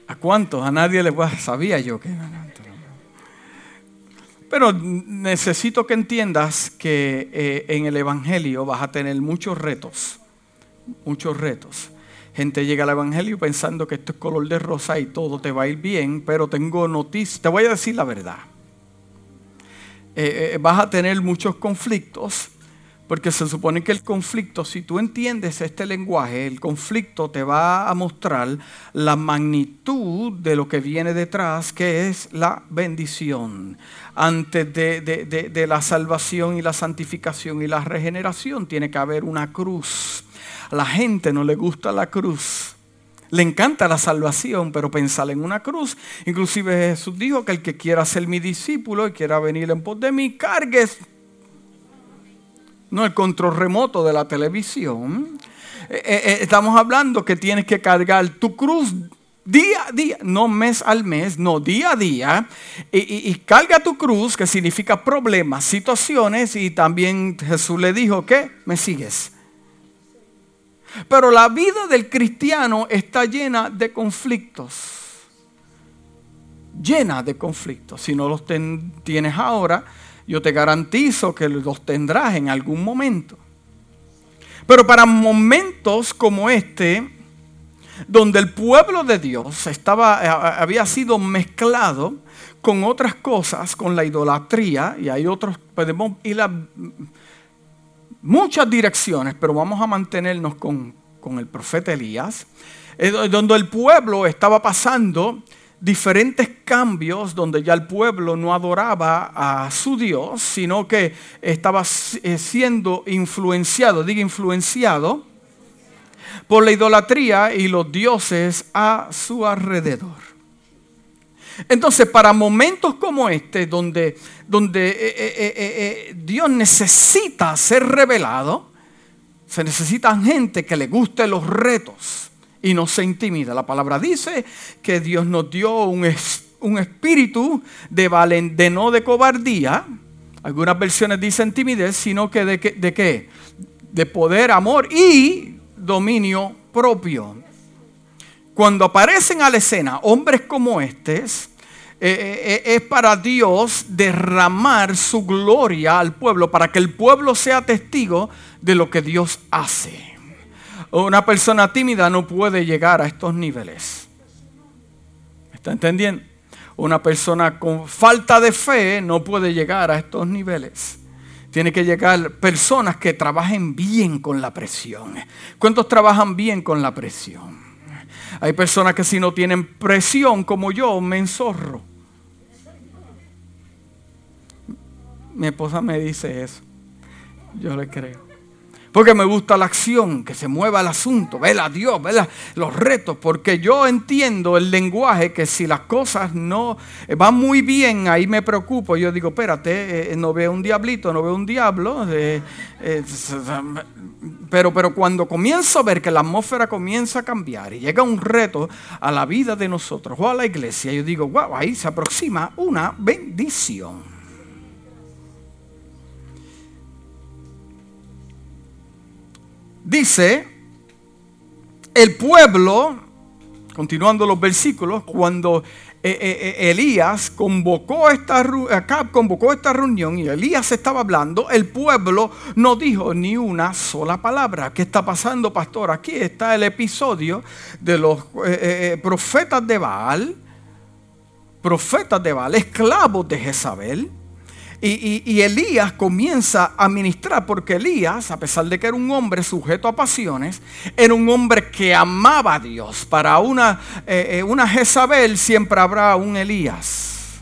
¿A cuántos? A nadie le sabía yo que... Pero necesito que entiendas que en el Evangelio vas a tener muchos retos. Muchos retos. Gente llega al Evangelio pensando que esto es color de rosa y todo te va a ir bien, pero tengo noticias. Te voy a decir la verdad. Vas a tener muchos conflictos, porque se supone que el conflicto, si tú entiendes este lenguaje, el conflicto te va a mostrar la magnitud de lo que viene detrás, que es la bendición. Antes de la salvación y la santificación y la regeneración tiene que haber una cruz. A la gente no le gusta la cruz. Le encanta la salvación, pero pensar en una cruz. Inclusive Jesús dijo que el que quiera ser mi discípulo y quiera venir en pos de mí, cargues. No el control remoto de la televisión. Estamos hablando que tienes que cargar tu cruz día a día, no mes al mes, no día a día. Y carga tu cruz, que significa problemas, situaciones. Y también Jesús le dijo que me sigues. Pero la vida del cristiano está llena de conflictos. Llena de conflictos. Si no los tienes ahora, yo te garantizo que los tendrás en algún momento. Pero para momentos como este, donde el pueblo de Dios había sido mezclado con otras cosas, con la idolatría, y hay otros, podemos ir a muchas direcciones, pero vamos a mantenernos con el profeta Elías, donde el pueblo estaba pasando diferentes cambios, donde ya el pueblo no adoraba a su Dios, sino que estaba siendo influenciado por la idolatría y los dioses a su alrededor. Entonces, para momentos como este, donde Dios necesita ser revelado, se necesitan gente que le guste los retos y no se intimida. La palabra dice que Dios nos dio un espíritu no de cobardía. Algunas versiones dicen timidez, sino que ¿de qué? De poder, amor y dominio propio. Cuando aparecen a la escena hombres como estos, es para Dios derramar su gloria al pueblo, para que el pueblo sea testigo de lo que Dios hace. Una persona tímida no puede llegar a estos niveles. ¿Me está entendiendo? Una persona con falta de fe no puede llegar a estos niveles. Tiene que llegar personas que trabajen bien con la presión. ¿Cuántos trabajan bien con la presión? Hay personas que si no tienen presión como yo, me enzorro. Mi esposa me dice eso. Yo le creo. Porque me gusta la acción, que se mueva el asunto, ver a Dios, ver los retos. Porque yo entiendo el lenguaje que si las cosas no van muy bien, ahí me preocupo. Yo digo, espérate, no veo un diablito, no veo un diablo. Pero cuando comienzo a ver que la atmósfera comienza a cambiar y llega un reto a la vida de nosotros o a la iglesia, yo digo, wow, ahí se aproxima una bendición. Dice, el pueblo, continuando los versículos, cuando Elías convocó esta reunión y Elías estaba hablando, el pueblo no dijo ni una sola palabra. ¿Qué está pasando, pastor? Aquí está el episodio de los profetas de Baal, esclavos de Jezabel. Y Elías comienza a ministrar, porque Elías, a pesar de que era un hombre sujeto a pasiones, era un hombre que amaba a Dios. Para una Jezabel siempre habrá un Elías.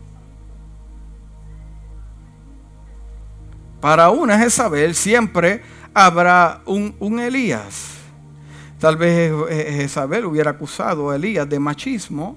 Para una Jezabel siempre habrá un Elías. Tal vez Jezabel hubiera acusado a Elías de machismo.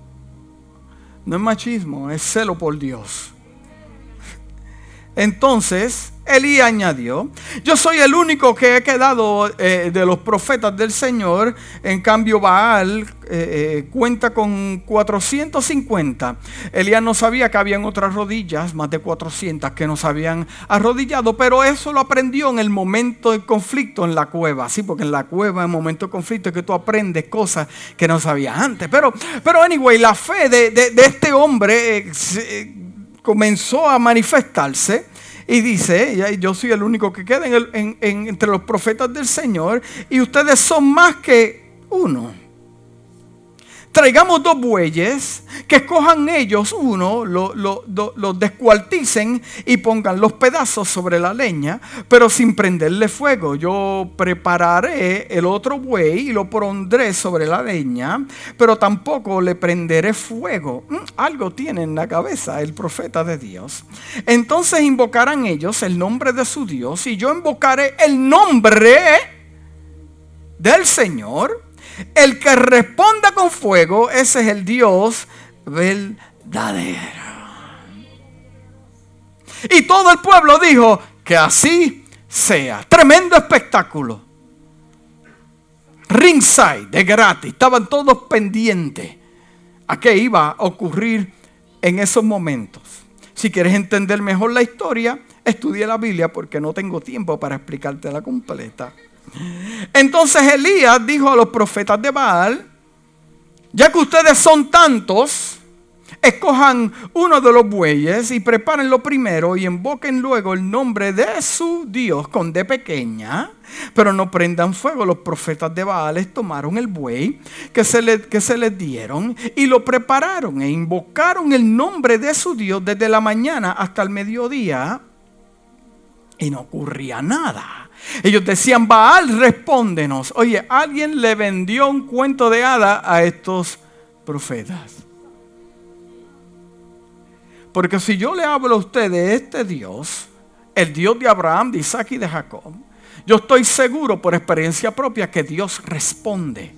No es machismo, es celo por Dios. Entonces, Elías añadió: yo soy el único que he quedado de los profetas del Señor. En cambio Baal cuenta con 450. Elías no sabía que habían otras rodillas, más de 400 que no se habían arrodillado, pero eso lo aprendió en el momento de conflicto en la cueva. Sí, porque en la cueva, en el momento de conflicto, es que tú aprendes cosas que no sabías antes. Pero anyway, la fe de este hombre comenzó a manifestarse. Y dice: yo soy el único que queda entre los profetas del Señor, y ustedes son más que uno. Traigamos 2 bueyes, que escojan ellos uno, los descuarticen y pongan los pedazos sobre la leña, pero sin prenderle fuego. Yo prepararé el otro buey y lo pondré sobre la leña, pero tampoco le prenderé fuego. Algo tiene en la cabeza el profeta de Dios. Entonces invocarán ellos el nombre de su Dios, y yo invocaré el nombre del Señor. El que responda con fuego, ese es el Dios verdadero. Y todo el pueblo dijo: que así sea. Tremendo espectáculo. Ringside, de gratis. Estaban todos pendientes a qué iba a ocurrir en esos momentos. Si quieres entender mejor la historia, estudia la Biblia, porque no tengo tiempo para explicártela completa. Entonces Elías dijo a los profetas de Baal: ya que ustedes son tantos, escojan uno de los bueyes y prepárenlo primero, y invoquen luego el nombre de su Dios con D pequeña, pero no prendan fuego. Los profetas de Baal tomaron el buey que se les dieron y lo prepararon e invocaron el nombre de su Dios desde la mañana hasta el mediodía, y no ocurría nada. Ellos decían: Baal, respóndenos. Oye, alguien le vendió un cuento de hada a estos profetas. Porque si yo le hablo a usted de este Dios, el Dios de Abraham, de Isaac y de Jacob, yo estoy seguro por experiencia propia que Dios responde.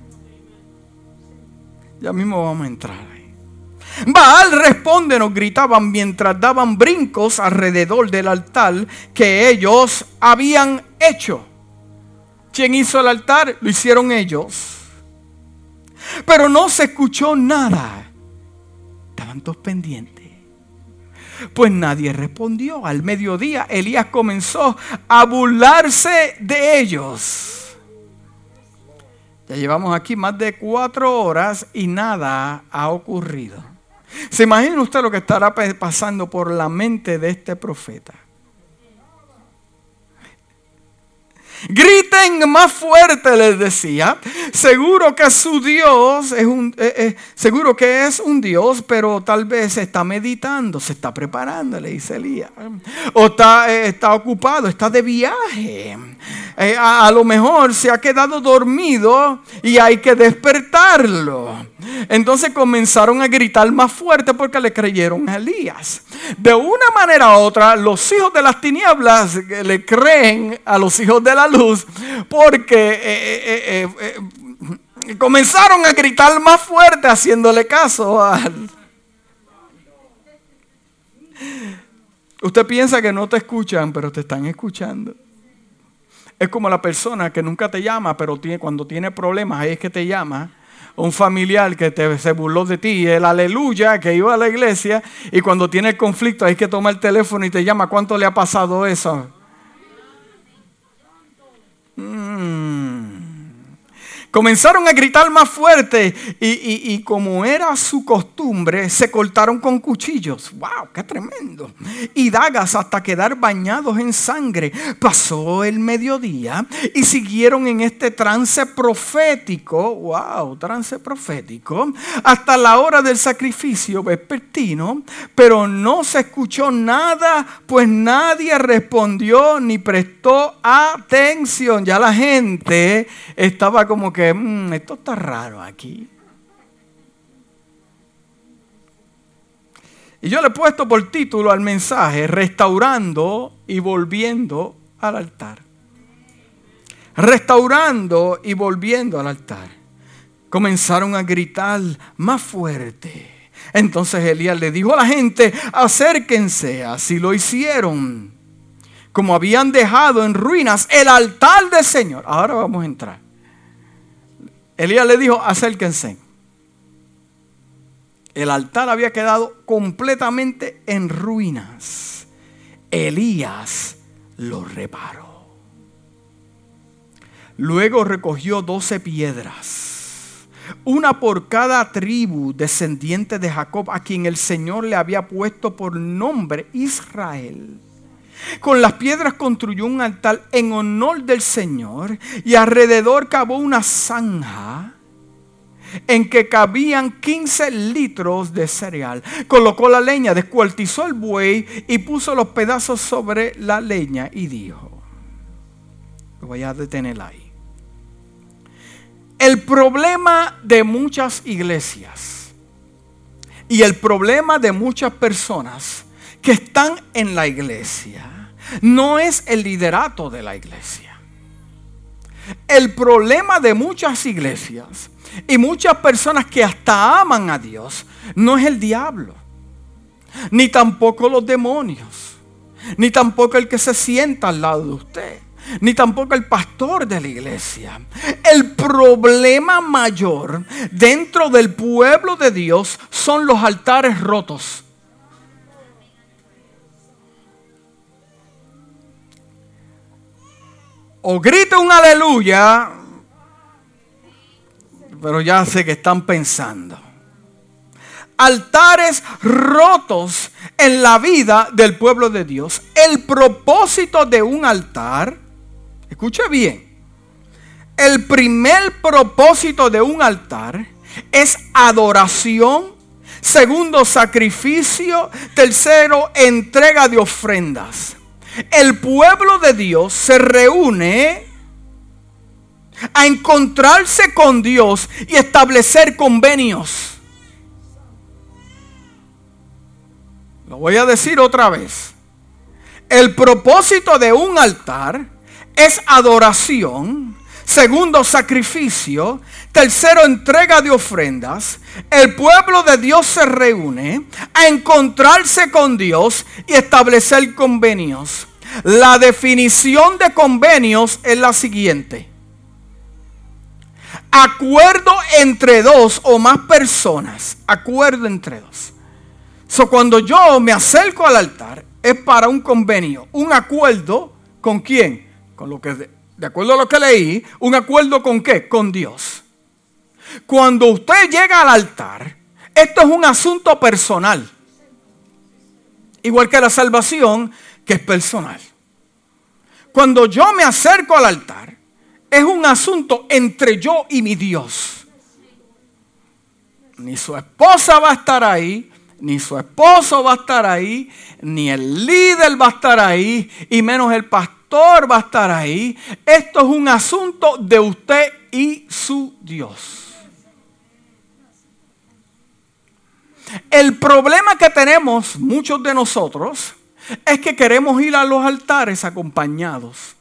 Ya mismo vamos a entrar ahí. Baal, respóndenos, gritaban mientras daban brincos alrededor del altar que ellos habían hecho. ¿Quién hizo el altar? Lo hicieron ellos. Pero no se escuchó nada. Estaban todos pendientes. Pues nadie respondió. Al mediodía Elías comenzó a burlarse de ellos. Ya llevamos aquí más de 4 horas y nada ha ocurrido. ¿Se imagina usted lo que estará pasando por la mente de este profeta? Griten más fuerte, les decía. Seguro que su Dios seguro que es un Dios, pero tal vez está meditando, se está preparando, le dice Elías. O está ocupado, está de viaje. A lo mejor se ha quedado dormido y hay que despertarlo. Entonces comenzaron a gritar más fuerte porque le creyeron a Elías. De una manera u otra, los hijos de las tinieblas le creen a los hijos de la luz, porque comenzaron a gritar más fuerte haciéndole caso al... Usted piensa que no te escuchan, pero te están escuchando. Es como la persona que nunca te llama, pero cuando tiene problemas, ahí es que te llama. Un familiar que se burló de ti, el aleluya, que iba a la iglesia, y cuando tiene el conflicto, ahí es que toma el teléfono y te llama. ¿Cuánto le ha pasado eso? Comenzaron a gritar más fuerte y como era su costumbre, se cortaron con cuchillos. ¡Wow! ¡Qué tremendo! Y dagas hasta quedar bañados en sangre. Pasó el mediodía y siguieron en este trance profético. ¡Wow! Trance profético. Hasta la hora del sacrificio vespertino. Pero no se escuchó nada, pues nadie respondió ni prestó atención. Ya la gente estaba como que esto está raro aquí. Y yo le he puesto por título al mensaje: restaurando y volviendo al altar. Restaurando y volviendo al altar. Comenzaron a gritar más fuerte. Entonces Elías le dijo a la gente: acérquense. Así lo hicieron. como habían dejado en ruinas el altar del Señor. Ahora vamos a entrar. Elías le dijo, acérquense. El altar había quedado completamente en ruinas. Elías lo reparó. Luego recogió 12 piedras, una por cada tribu descendiente de Jacob, a quien el Señor le había puesto por nombre Israel. Con las piedras construyó un altar en honor del Señor y alrededor cavó una zanja en que cabían 15 litros de cereal. Colocó la leña, descuartizó el buey y puso los pedazos sobre la leña y dijo, voy a detener ahí. El problema de muchas iglesias y el problema de muchas personas que están en la iglesia no es el liderato de la iglesia. El problema de muchas iglesias y muchas personas que hasta aman a Dios no es el diablo, ni tampoco los demonios, ni tampoco el que se sienta al lado de usted, ni tampoco el pastor de la iglesia. El problema mayor dentro del pueblo de Dios son los altares rotos. O grita un aleluya, pero ya sé que están pensando. Altares rotos en la vida del pueblo de Dios. El propósito de un altar, escuche bien, el primer propósito de un altar es adoración. Segundo, sacrificio. Tercero, entrega de ofrendas. El pueblo de Dios se reúne a encontrarse con Dios y establecer convenios. Lo voy a decir otra vez. El propósito de un altar es adoración. Segundo, sacrificio. Tercero, entrega de ofrendas. El pueblo de Dios se reúne a encontrarse con Dios y establecer convenios. La definición de convenios es la siguiente: acuerdo entre dos o más personas. Acuerdo entre dos. Cuando yo me acerco al altar es para un convenio. Un acuerdo ¿con quién? Con lo que, de acuerdo a lo que leí, un acuerdo ¿con qué? Con Dios. Cuando usted llega al altar, esto es un asunto personal. Igual que la salvación, que es personal. Cuando yo me acerco al altar, es un asunto entre yo y mi Dios. Ni su esposa va a estar ahí, ni su esposo va a estar ahí, ni el líder va a estar ahí, y menos el pastor va a estar ahí. Esto es un asunto de usted y su Dios. El problema que tenemos muchos de nosotros es que queremos ir a los altares acompañados.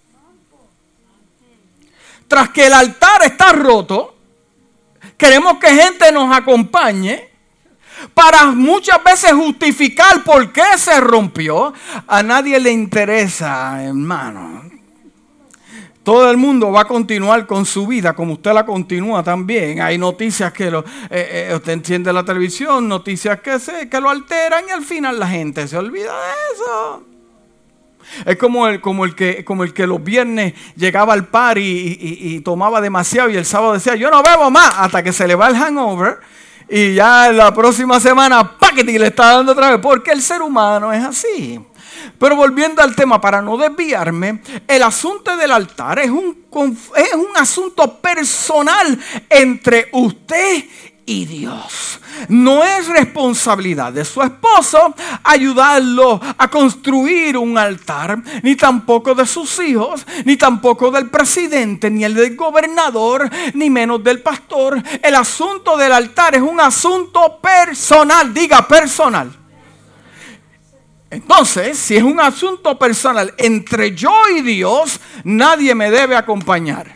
Tras que el altar está roto, queremos que gente nos acompañe para muchas veces justificar por qué se rompió. A nadie le interesa, hermano. Todo el mundo va a continuar con su vida como usted la continúa también. Hay noticias que usted enciende la televisión, noticias que lo alteran y al final la gente se olvida de eso. Es como el que los viernes llegaba al party y tomaba demasiado y el sábado decía, yo no bebo más, hasta que se le va el hangover y ya la próxima semana ¡paquete! Le está dando otra vez, porque el ser humano es así. Pero volviendo al tema, para no desviarme, el asunto del altar es un asunto personal entre usted y Dios. No es responsabilidad de su esposo ayudarlo a construir un altar, ni tampoco de sus hijos, ni tampoco del presidente, ni el del gobernador, ni menos del pastor. El asunto del altar es un asunto personal. Diga personal. Entonces, si es un asunto personal entre yo y Dios, nadie me debe acompañar.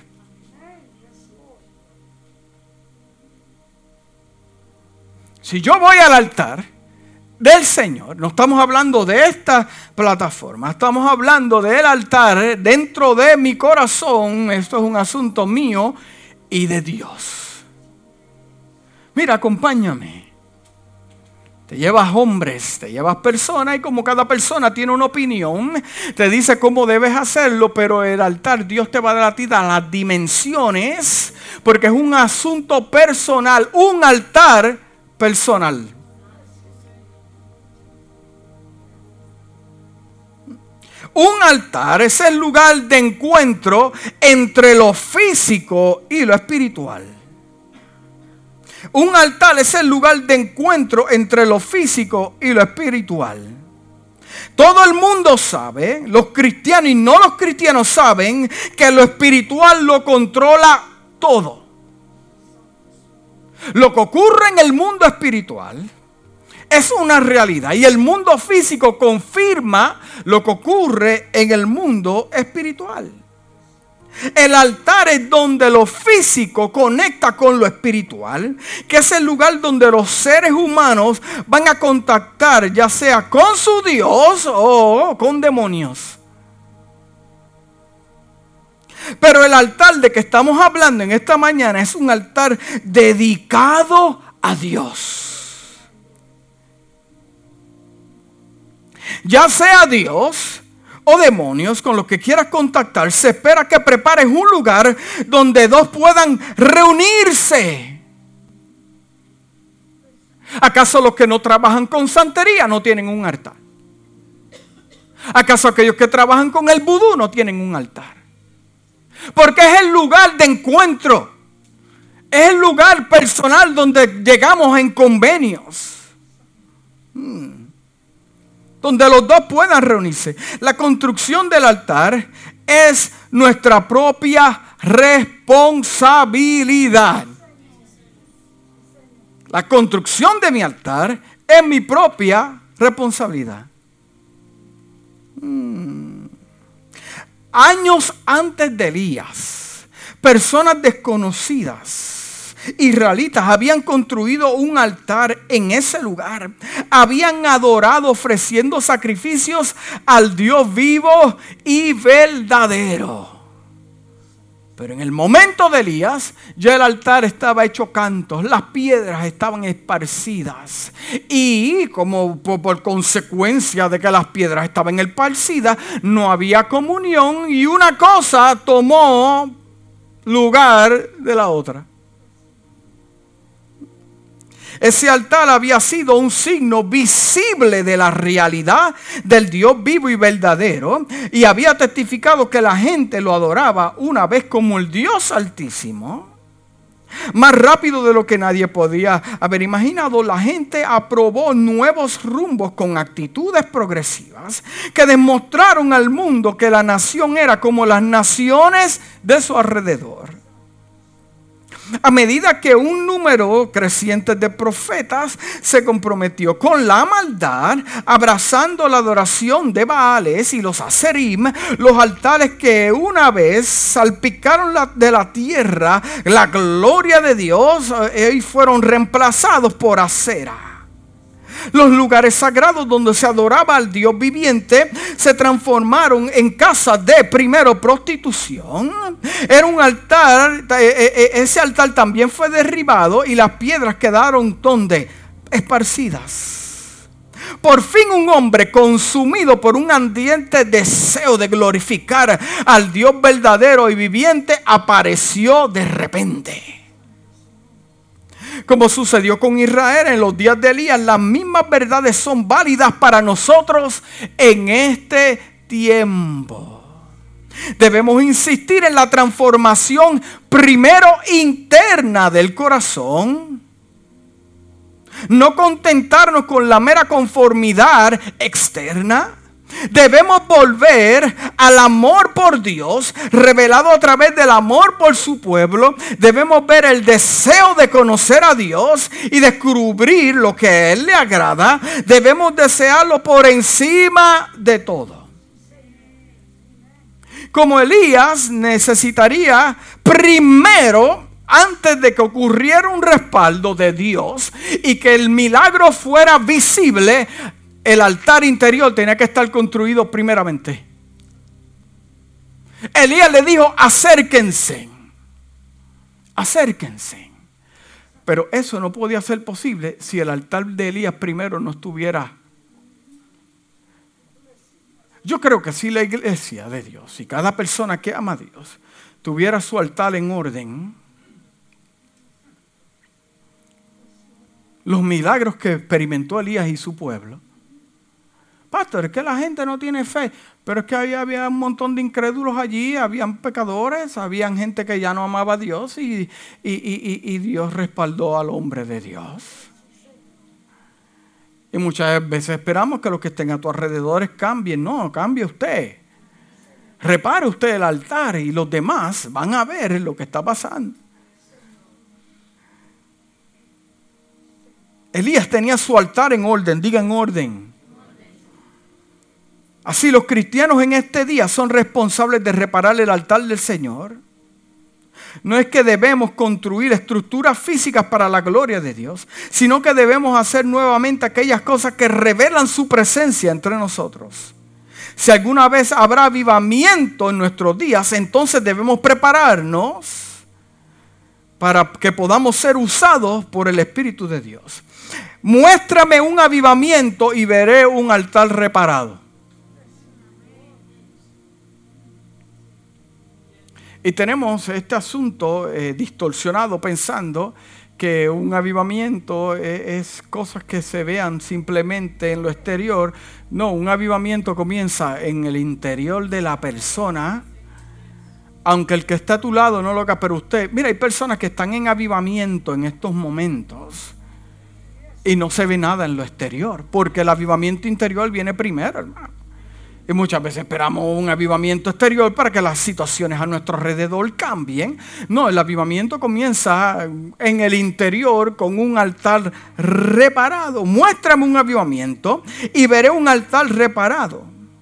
Si yo voy al altar del Señor, no estamos hablando de esta plataforma, estamos hablando del altar dentro de mi corazón. Esto es un asunto mío y de Dios. Mira, acompáñame. Te llevas hombres, te llevas personas, y como cada persona tiene una opinión, te dice cómo debes hacerlo, pero el altar Dios te va a dar a ti las dimensiones, porque es un asunto personal, un altar personal. Un altar es el lugar de encuentro entre lo físico y lo espiritual. Un altar es el lugar de encuentro entre lo físico y lo espiritual. Todo el mundo sabe, los cristianos y no los cristianos saben, que lo espiritual lo controla todo. Lo que ocurre en el mundo espiritual es una realidad, y el mundo físico confirma lo que ocurre en el mundo espiritual. El altar es donde lo físico conecta con lo espiritual, que es el lugar donde los seres humanos van a contactar, ya sea con su Dios o con demonios. Pero el altar de que estamos hablando en esta mañana es un altar dedicado a Dios. Ya sea Dios o demonios con los que quieras contactar, se espera que prepares un lugar donde dos puedan reunirse. ¿Acaso los que no trabajan con santería no tienen un altar? ¿Acaso aquellos que trabajan con el vudú no tienen un altar? Porque es el lugar de encuentro. Es el lugar personal donde llegamos en convenios. Donde los dos puedan reunirse. La construcción del altar es nuestra propia responsabilidad. La construcción de mi altar es mi propia responsabilidad. Años antes de Elías, personas desconocidas, israelitas, habían construido un altar en ese lugar. Habían adorado ofreciendo sacrificios al Dios vivo y verdadero. Pero en el momento de Elías, ya el altar estaba hecho cantos, las piedras estaban esparcidas. Y como por consecuencia de que las piedras estaban esparcidas, no había comunión, y una cosa tomó lugar de la otra. Ese altar había sido un signo visible de la realidad del Dios vivo y verdadero, y había testificado que la gente lo adoraba una vez como el Dios altísimo. Más rápido de lo que nadie podía haber imaginado, la gente aprobó nuevos rumbos con actitudes progresivas que demostraron al mundo que la nación era como las naciones de su alrededor. A medida que un número creciente de profetas se comprometió con la maldad, abrazando la adoración de Baales y los Aserim, los altares que una vez salpicaron de la tierra la gloria de Dios, y fueron reemplazados por Asera. Los lugares sagrados donde se adoraba al Dios viviente se transformaron en casas de, primero, prostitución. Era un altar, ese altar también fue derribado y las piedras quedaron ¿dónde? Esparcidas. Por fin un hombre consumido por un ardiente deseo de glorificar al Dios verdadero y viviente apareció de repente. Como sucedió con Israel en los días de Elías, las mismas verdades son válidas para nosotros en este tiempo. Debemos insistir en la transformación primero interna del corazón. No contentarnos con la mera conformidad externa. Debemos volver al amor por Dios, revelado a través del amor por su pueblo. Debemos ver el deseo de conocer a Dios y descubrir lo que a Él le agrada. Debemos desearlo por encima de todo. Como Elías necesitaría primero antes de que ocurriera un respaldo de Dios y que el milagro fuera visible, el altar interior tenía que estar construido primeramente. Elías le dijo, acérquense. Acérquense. Pero eso no podía ser posible si el altar de Elías primero no estuviera. Yo creo que si la iglesia de Dios y cada persona que ama a Dios tuviera su altar en orden, los milagros que experimentó Elías y su pueblo. Pastor, es que la gente no tiene fe, pero es que había un montón de incrédulos allí, habían pecadores, habían gente que ya no amaba a Dios y Dios respaldó al hombre de Dios. Y muchas veces esperamos que los que estén a tu alrededor cambien. No, cambie usted. Repare usted el altar y los demás van a ver lo que está pasando. Elías tenía su altar en orden, diga en orden. Así los cristianos en este día son responsables de reparar el altar del Señor. No es que debemos construir estructuras físicas para la gloria de Dios, sino que debemos hacer nuevamente aquellas cosas que revelan su presencia entre nosotros. Si alguna vez habrá avivamiento en nuestros días, entonces debemos prepararnos para que podamos ser usados por el Espíritu de Dios. Muéstrame un avivamiento y veré un altar reparado. Y tenemos este asunto distorsionado pensando que un avivamiento es cosas que se vean simplemente en lo exterior. No, un avivamiento comienza en el interior de la persona, aunque el que está a tu lado no lo haga, pero usted. Mira, hay personas que están en avivamiento en estos momentos y no se ve nada en lo exterior, porque el avivamiento interior viene primero, hermano. Y muchas veces esperamos un avivamiento exterior para que las situaciones a nuestro alrededor cambien. No, el avivamiento comienza en el interior con un altar reparado. Muéstrame un avivamiento y veré un altar reparado.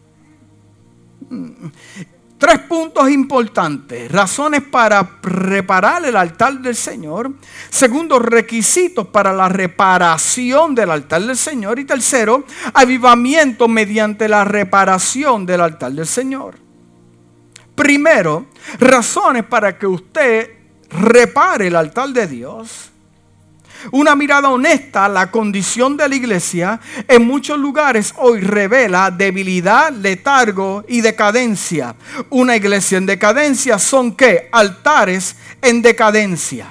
3 puntos importantes. Razones para reparar el altar del Señor. Segundo, requisitos para la reparación del altar del Señor. Y tercero, avivamiento mediante la reparación del altar del Señor. Primero, razones para que usted repare el altar de Dios. Una mirada honesta a la condición de la iglesia en muchos lugares hoy revela debilidad, letargo y decadencia. Una iglesia en decadencia son ¿qué? Altares en decadencia.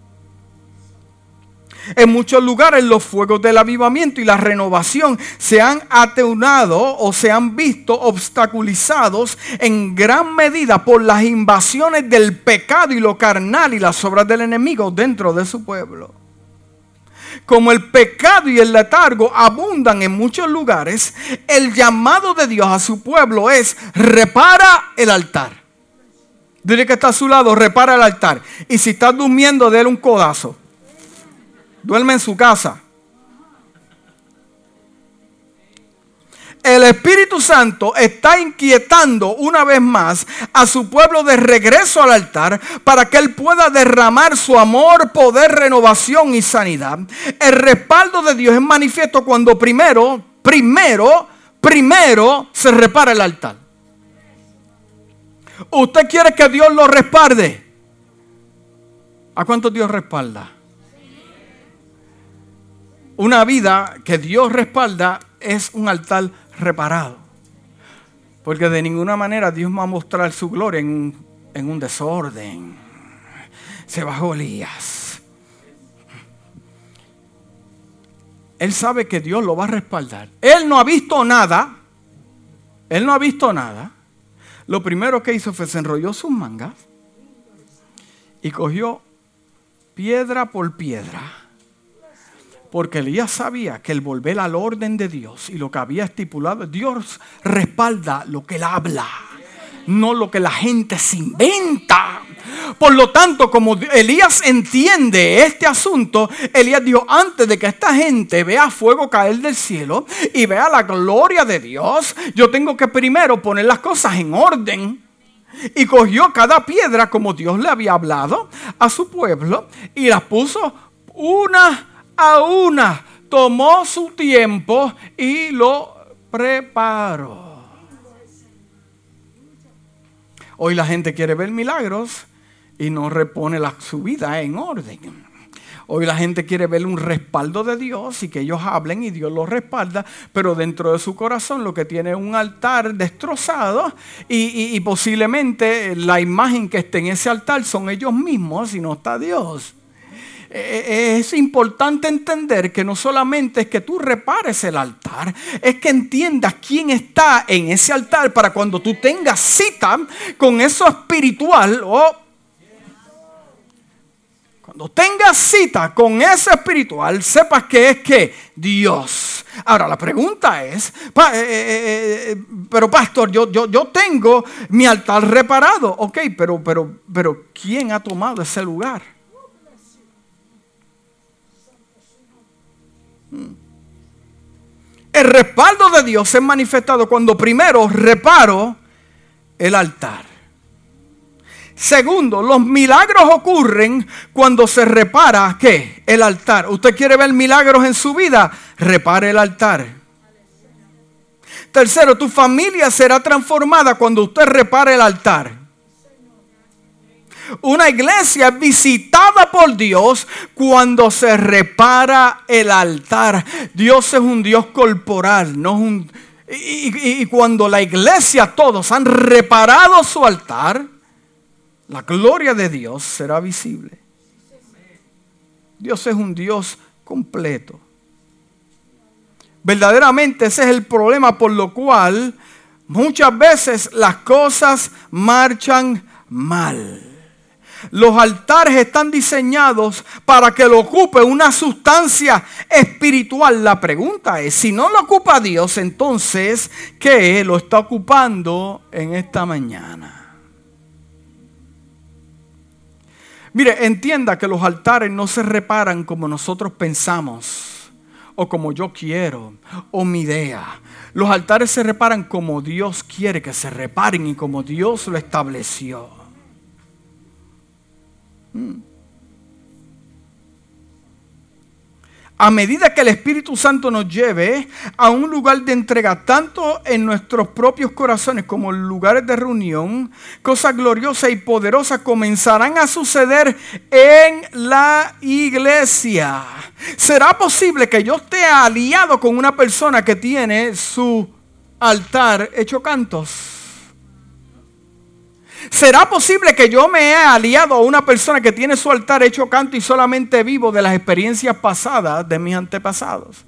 En muchos lugares los fuegos del avivamiento y la renovación se han atenuado o se han visto obstaculizados en gran medida por las invasiones del pecado y lo carnal y las obras del enemigo dentro de su pueblo. Como el pecado y el letargo abundan en muchos lugares, el llamado de Dios a su pueblo es: repara el altar. Dile que está a su lado, repara el altar. Y si estás durmiendo, dele un codazo. Duerme en su casa. El Espíritu Santo está inquietando una vez más a su pueblo de regreso al altar para que Él pueda derramar su amor, poder, renovación y sanidad. El respaldo de Dios es manifiesto cuando primero se repara el altar. ¿Usted quiere que Dios lo respalde? ¿A cuánto Dios respalda? Una vida que Dios respalda es un altar reparado. Porque de ninguna manera Dios va a mostrar su gloria en un desorden. Se bajó Elías. Él sabe que Dios lo va a respaldar. Él no ha visto nada. Él no ha visto nada. Lo primero que hizo fue se enrolló sus mangas y cogió piedra por piedra. Porque Elías sabía que el volver al orden de Dios y lo que había estipulado, Dios respalda lo que Él habla, no lo que la gente se inventa. Por lo tanto, como Elías entiende este asunto, Elías dijo: antes de que esta gente vea fuego caer del cielo y vea la gloria de Dios, yo tengo que primero poner las cosas en orden. Y cogió cada piedra como Dios le había hablado a su pueblo y las puso una a una. Tomó su tiempo y lo preparó. Hoy la gente quiere ver milagros y no repone su vida en orden. Hoy la gente quiere ver un respaldo de Dios y que ellos hablen y Dios los respalda, pero dentro de su corazón lo que tiene es un altar destrozado y posiblemente la imagen que esté en ese altar son ellos mismos y no está Dios. Es importante entender que no solamente es que tú repares el altar, es que entiendas quién está en ese altar para cuando tú tengas cita con eso espiritual cuando tengas cita con ese espiritual, sepas que es que Dios. Ahora la pregunta es, pero pastor, yo tengo mi altar reparado. Ok, pero ¿quién ha tomado ese lugar? El respaldo de Dios es manifestado cuando primero reparo el altar. Segundo, los milagros ocurren cuando se repara, ¿qué? El altar. ¿Usted quiere ver milagros en su vida? Repare el altar. Tercero, tu familia será transformada cuando usted repare el altar. Una iglesia es visitada por Dios cuando se repara el altar. Dios es un Dios corporal, no es un... Y cuando la iglesia, todos han reparado su altar, la gloria de Dios será visible. Dios es un Dios completo. Verdaderamente ese es el problema por lo cual muchas veces las cosas marchan mal. Los altares están diseñados para que lo ocupe una sustancia espiritual. La pregunta es, si no lo ocupa Dios, entonces, ¿qué lo está ocupando en esta mañana? Mire, entienda que los altares no se reparan como nosotros pensamos, o como yo quiero, o mi idea. Los altares se reparan como Dios quiere que se reparen y como Dios lo estableció. A medida que el Espíritu Santo nos lleve a un lugar de entrega, tanto en nuestros propios corazones como en lugares de reunión, cosas gloriosas y poderosas comenzarán a suceder en la iglesia. ¿Será posible que yo esté aliado con una persona que tiene su altar hecho cantos? ¿Será posible que yo me haya aliado a una persona que tiene su altar hecho canto y solamente vivo de las experiencias pasadas de mis antepasados?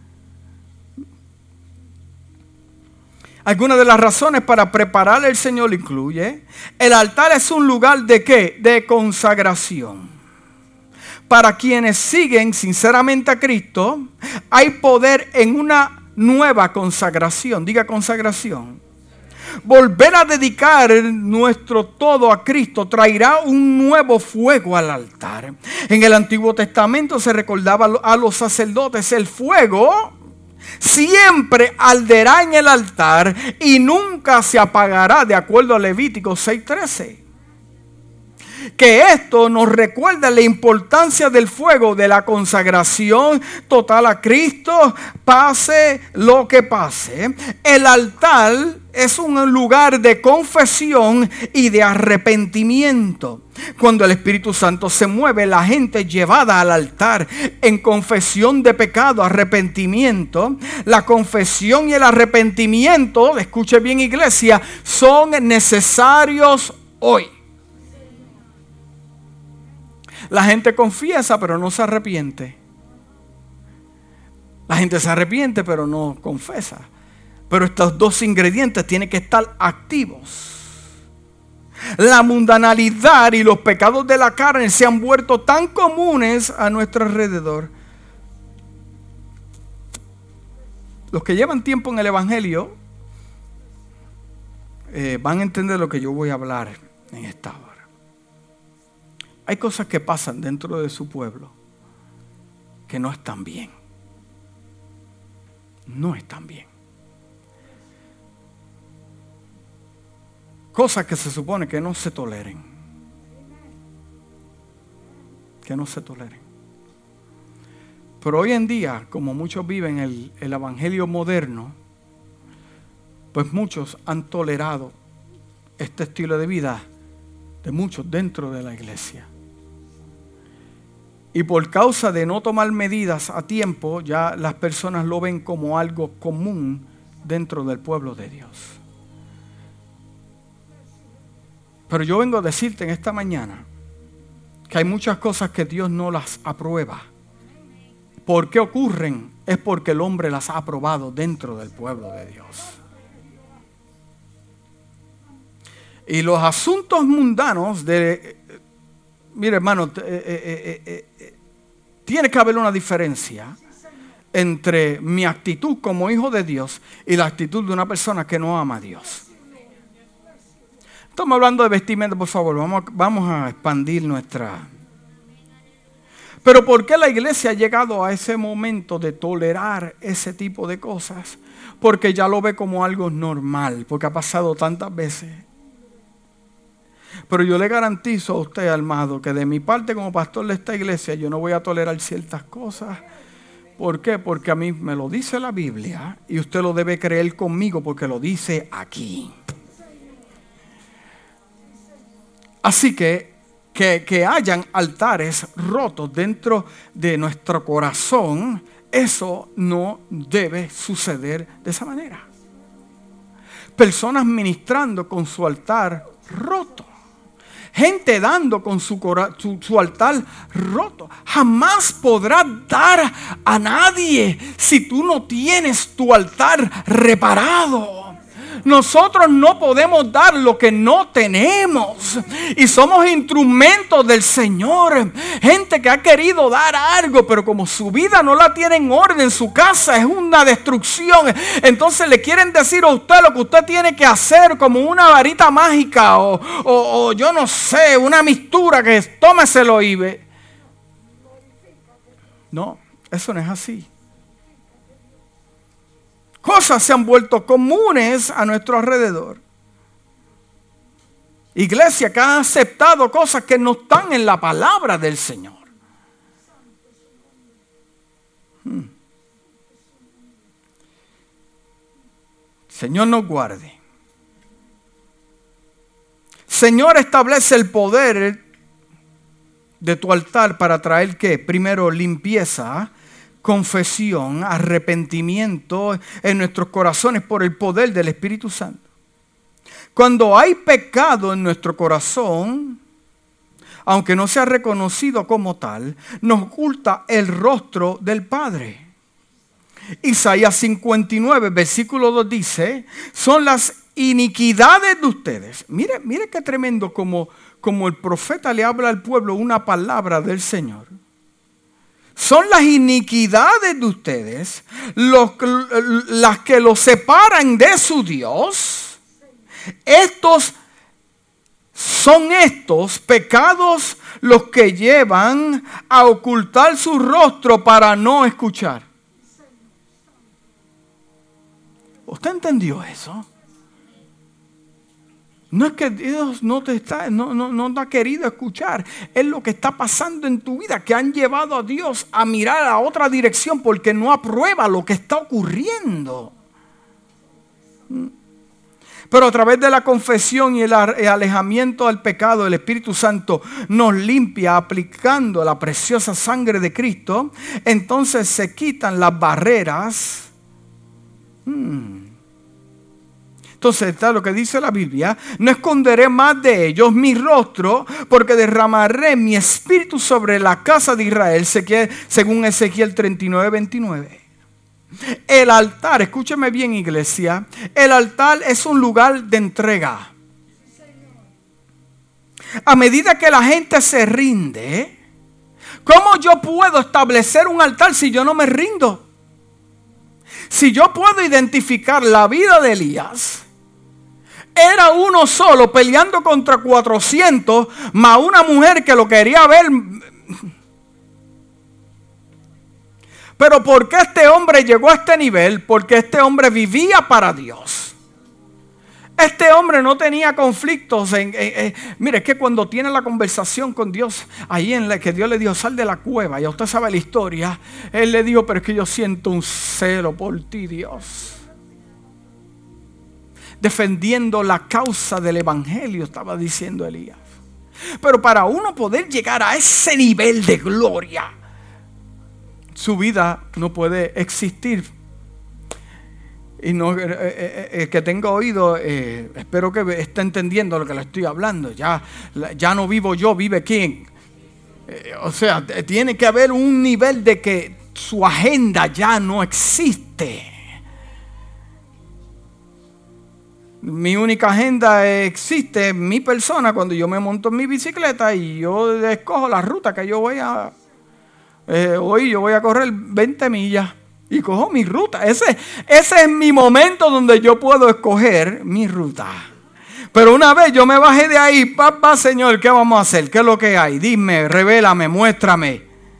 Algunas de las razones para preparar el Señor incluye: el altar es un lugar de ¿qué? De consagración. Para quienes siguen sinceramente a Cristo, hay poder en una nueva consagración. Diga consagración. Volver a dedicar nuestro todo a Cristo traerá un nuevo fuego al altar. En el Antiguo Testamento se recordaba a los sacerdotes: el fuego siempre arderá en el altar y nunca se apagará, de acuerdo a Levítico 6:13. Que esto nos recuerda la importancia del fuego, de la consagración total a Cristo, pase lo que pase. El altar es un lugar de confesión y de arrepentimiento. Cuando el Espíritu Santo se mueve, la gente es llevada al altar en confesión de pecado, arrepentimiento. La confesión y el arrepentimiento, escuche bien, iglesia, son necesarios hoy. La gente confiesa, pero no se arrepiente. La gente se arrepiente, pero no confesa. Pero estos dos ingredientes tienen que estar activos. La mundanalidad y los pecados de la carne se han vuelto tan comunes a nuestro alrededor. Los que llevan tiempo en el Evangelio van a entender lo que yo voy a hablar en esta hora. Hay cosas que pasan dentro de su pueblo que no están bien. No están bien. cosas que se supone que no se toleren. Que no se toleren. Pero hoy en día, como muchos viven el evangelio moderno, pues muchos han tolerado este estilo de vida de muchos dentro de la iglesia. Y por causa de no tomar medidas a tiempo, ya las personas lo ven como algo común dentro del pueblo de Dios. Pero yo vengo a decirte en esta mañana que hay muchas cosas que Dios no las aprueba. ¿Por qué ocurren? Es porque el hombre las ha aprobado dentro del pueblo de Dios. Y los asuntos mundanos mire hermano, tiene que haber una diferencia entre mi actitud como hijo de Dios y la actitud de una persona que no ama a Dios. Estamos hablando de vestimenta, por favor, vamos a expandir nuestra... Pero ¿por qué la iglesia ha llegado a ese momento de tolerar ese tipo de cosas? Porque ya lo ve como algo normal, porque ha pasado tantas veces. Pero yo le garantizo a usted, amado, que de mi parte como pastor de esta iglesia yo no voy a tolerar ciertas cosas. ¿Por qué? Porque a mí me lo dice la Biblia y usted lo debe creer conmigo porque lo dice aquí. Así que hayan altares rotos dentro de nuestro corazón, eso no debe suceder de esa manera. Personas ministrando con su altar roto. Gente dando con su altar roto. Jamás podrás dar a nadie si tú no tienes tu altar reparado. Nosotros no podemos dar lo que no tenemos. Y somos instrumentos del Señor. Gente que ha querido dar algo, pero como su vida no la tiene en orden, su casa es una destrucción. Entonces le quieren decir a usted lo que usted tiene que hacer como una varita mágica o yo no sé, una mistura que tómeselo y ve. No, eso no es así. Cosas se han vuelto comunes a nuestro alrededor. Iglesia que ha aceptado cosas que no están en la palabra del Señor. Señor nos guarde. Señor, establece el poder de tu altar para traer ¿qué? Primero limpieza, confesión, arrepentimiento en nuestros corazones por el poder del Espíritu Santo. Cuando hay pecado en nuestro corazón, aunque no sea reconocido como tal, nos oculta el rostro del Padre. Isaías 59, versículo 2 dice, son las iniquidades de ustedes. Mire qué tremendo como el profeta le habla al pueblo una palabra del Señor. Son las iniquidades de ustedes las que los separan de su Dios. Son estos pecados los que llevan a ocultar su rostro para no escuchar. ¿Usted entendió eso? No es que Dios no te ha querido escuchar. Es lo que está pasando en tu vida, que han llevado a Dios a mirar a otra dirección porque no aprueba lo que está ocurriendo. Pero a través de la confesión y el alejamiento del pecado, el Espíritu Santo nos limpia aplicando la preciosa sangre de Cristo. Entonces se quitan las barreras. Entonces está lo que dice la Biblia: no esconderé más de ellos mi rostro, porque derramaré mi espíritu sobre la casa de Israel, según Ezequiel 39, 29. El altar, escúcheme bien, iglesia, el altar es un lugar de entrega. A medida que la gente se rinde, ¿cómo yo puedo establecer un altar si yo no me rindo? Si yo puedo identificar la vida de Elías, era uno solo peleando contra 400, más una mujer que lo quería ver. Pero ¿por qué este hombre llegó a este nivel? Porque este hombre vivía para Dios. Este hombre no tenía conflictos. Mire, es que cuando tiene la conversación con Dios, ahí en la que Dios le dijo, sal de la cueva, y usted sabe la historia, él le dijo, pero es que yo siento un celo por ti, Dios. Defendiendo la causa del evangelio, estaba diciendo Elías. Pero para uno poder llegar a ese nivel de gloria, su vida no puede existir. Y no, que tenga oído, espero que esté entendiendo lo que le estoy hablando. Ya no vivo yo, vive quién. O sea, tiene que haber un nivel de que su agenda ya no existe. Mi única agenda existe en mi persona cuando yo me monto en mi bicicleta y yo escojo la ruta que yo voy a... hoy yo voy a correr 20 millas. Y cojo mi ruta. Ese es mi momento donde yo puedo escoger mi ruta. Pero una vez yo me bajé de ahí, papá, Señor, ¿qué vamos a hacer? ¿Qué es lo que hay? Dime, revélame, muéstrame.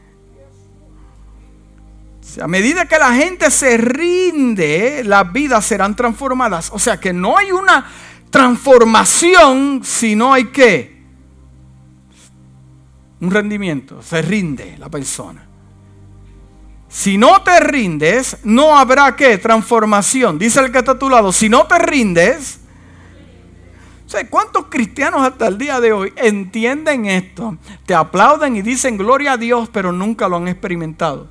A medida que la gente se rinde, las vidas serán transformadas. O sea que no hay una transformación si no hay ¿qué? Un rendimiento. Se rinde la persona. Si no te rindes, no habrá ¿qué? Transformación. Dice el que está a tu lado, si no te rindes. O sea, ¿cuántos cristianos hasta el día de hoy entienden esto? Te aplauden y dicen gloria a Dios, pero nunca lo han experimentado.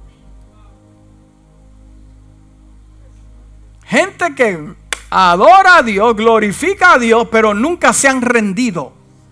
Gente que adora a Dios, glorifica a Dios, pero nunca se han rendido.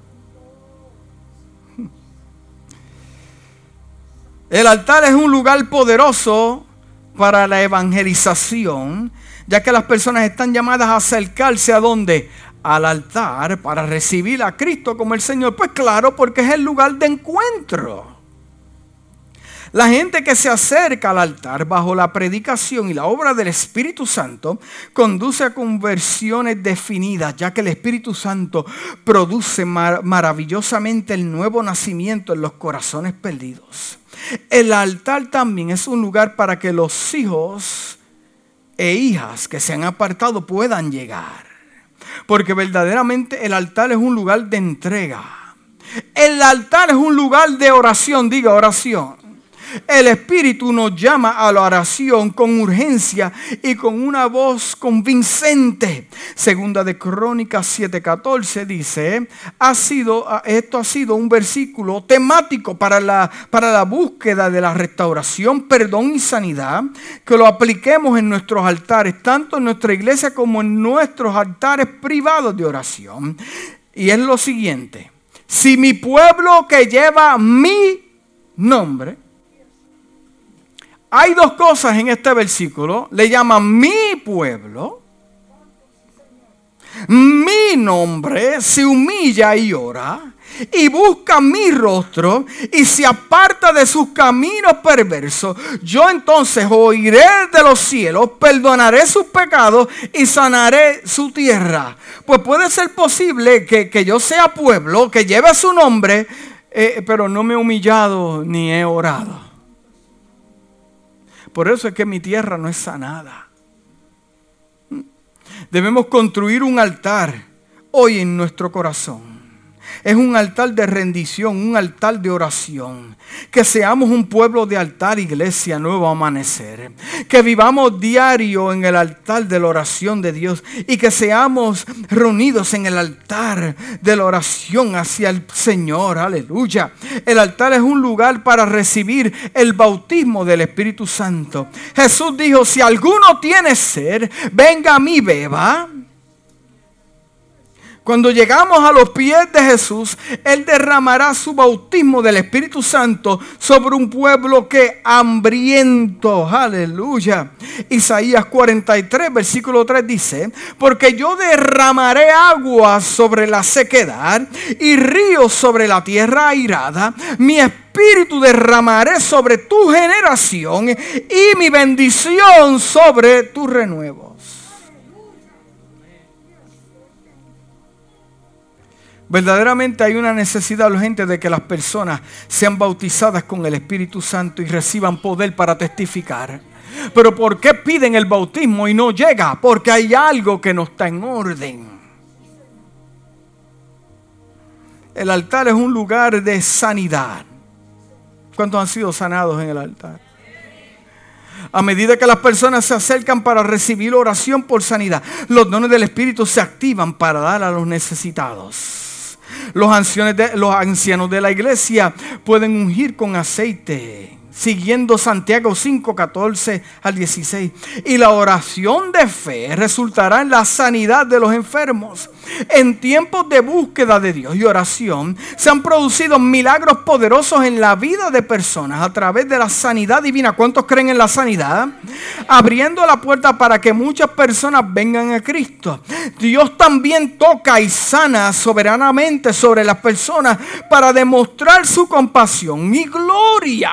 El altar es un lugar poderoso para la evangelización, ya que las personas están llamadas a acercarse ¿a dónde? Al altar para recibir a Cristo como el Señor. Pues claro, porque es el lugar de encuentro. La gente que se acerca al altar bajo la predicación y la obra del Espíritu Santo conduce a conversiones definidas, ya que el Espíritu Santo produce maravillosamente el nuevo nacimiento en los corazones perdidos. El altar también es un lugar para que los hijos e hijas que se han apartado puedan llegar. Porque verdaderamente el altar es un lugar de entrega. El altar es un lugar de oración, diga oración. El Espíritu nos llama a la oración con urgencia y con una voz convincente. Segunda de Crónicas 7:14 dice, esto ha sido un versículo temático para la búsqueda de la restauración, perdón y sanidad, que lo apliquemos en nuestros altares, tanto en nuestra iglesia como en nuestros altares privados de oración. Y es lo siguiente, si mi pueblo que lleva mi nombre. Hay dos cosas en este versículo. Le llaman mi pueblo. Mi nombre se humilla y ora. Y busca mi rostro. Y se aparta de sus caminos perversos. Yo entonces oiré de los cielos. Perdonaré sus pecados. Y sanaré su tierra. Pues puede ser posible que yo sea pueblo. Que lleve su nombre. Pero no me he humillado ni he orado. Por eso es que mi tierra no es sanada. Debemos construir un altar hoy en nuestro corazón. Es un altar de rendición, un altar de oración. Que seamos un pueblo de altar, iglesia, nuevo amanecer. Que vivamos diario en el altar de la oración de Dios. Y que seamos reunidos en el altar de la oración hacia el Señor. Aleluya. El altar es un lugar para recibir el bautismo del Espíritu Santo. Jesús dijo, si alguno tiene sed, venga a mí, beba. Cuando llegamos a los pies de Jesús, Él derramará su bautismo del Espíritu Santo sobre un pueblo que hambriento. Aleluya. Isaías 43, versículo 3 dice, porque yo derramaré agua sobre la sequedad y ríos sobre la tierra airada. Mi espíritu derramaré sobre tu generación y mi bendición sobre tus renuevos. Verdaderamente hay una necesidad urgente de que las personas sean bautizadas con el Espíritu Santo y reciban poder para testificar. Pero ¿por qué piden el bautismo y no llega? Porque hay algo que no está en orden. El altar es un lugar de sanidad. ¿Cuántos han sido sanados en el altar? A medida que las personas se acercan para recibir oración por sanidad, los dones del Espíritu se activan para dar a los necesitados. Los ancianos de la iglesia pueden ungir con aceite, siguiendo Santiago 5, 14 al 16. Y la oración de fe resultará en la sanidad de los enfermos. En tiempos de búsqueda de Dios y oración, se han producido milagros poderosos en la vida de personas a través de la sanidad divina. ¿Cuántos creen en la sanidad? Abriendo la puerta para que muchas personas vengan a Cristo. Dios también toca y sana soberanamente sobre las personas para demostrar su compasión y gloria.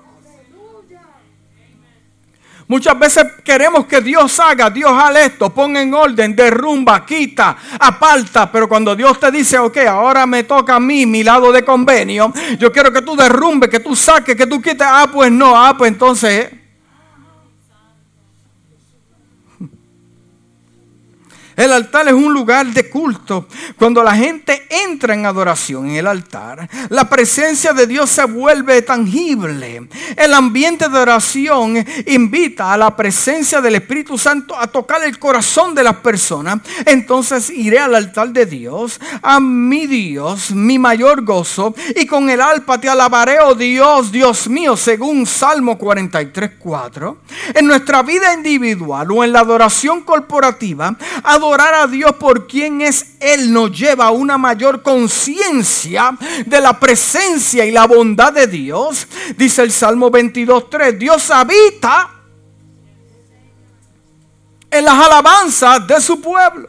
Muchas veces queremos que Dios haga, Dios haga esto, ponga en orden, derrumba, quita, aparta. Pero cuando Dios te dice, ok, ahora me toca a mí, mi lado de convenio, yo quiero que tú derrumbes, que tú saques, que tú quites. Pues no, pues entonces... El altar es un lugar de culto. Cuando la gente entra en adoración en el altar, la presencia de Dios se vuelve tangible. El ambiente de oración invita a la presencia del Espíritu Santo a tocar el corazón de las personas. Entonces iré al altar de Dios, a mi Dios, mi mayor gozo, y con el arpa te alabaré, oh Dios, Dios mío, según Salmo 43:4. En nuestra vida individual o en la adoración corporativa, adorar a Dios por quien es Él nos lleva a una mayor conciencia de la presencia y la bondad de Dios. Dice el Salmo 22:3, Dios habita en las alabanzas de su pueblo.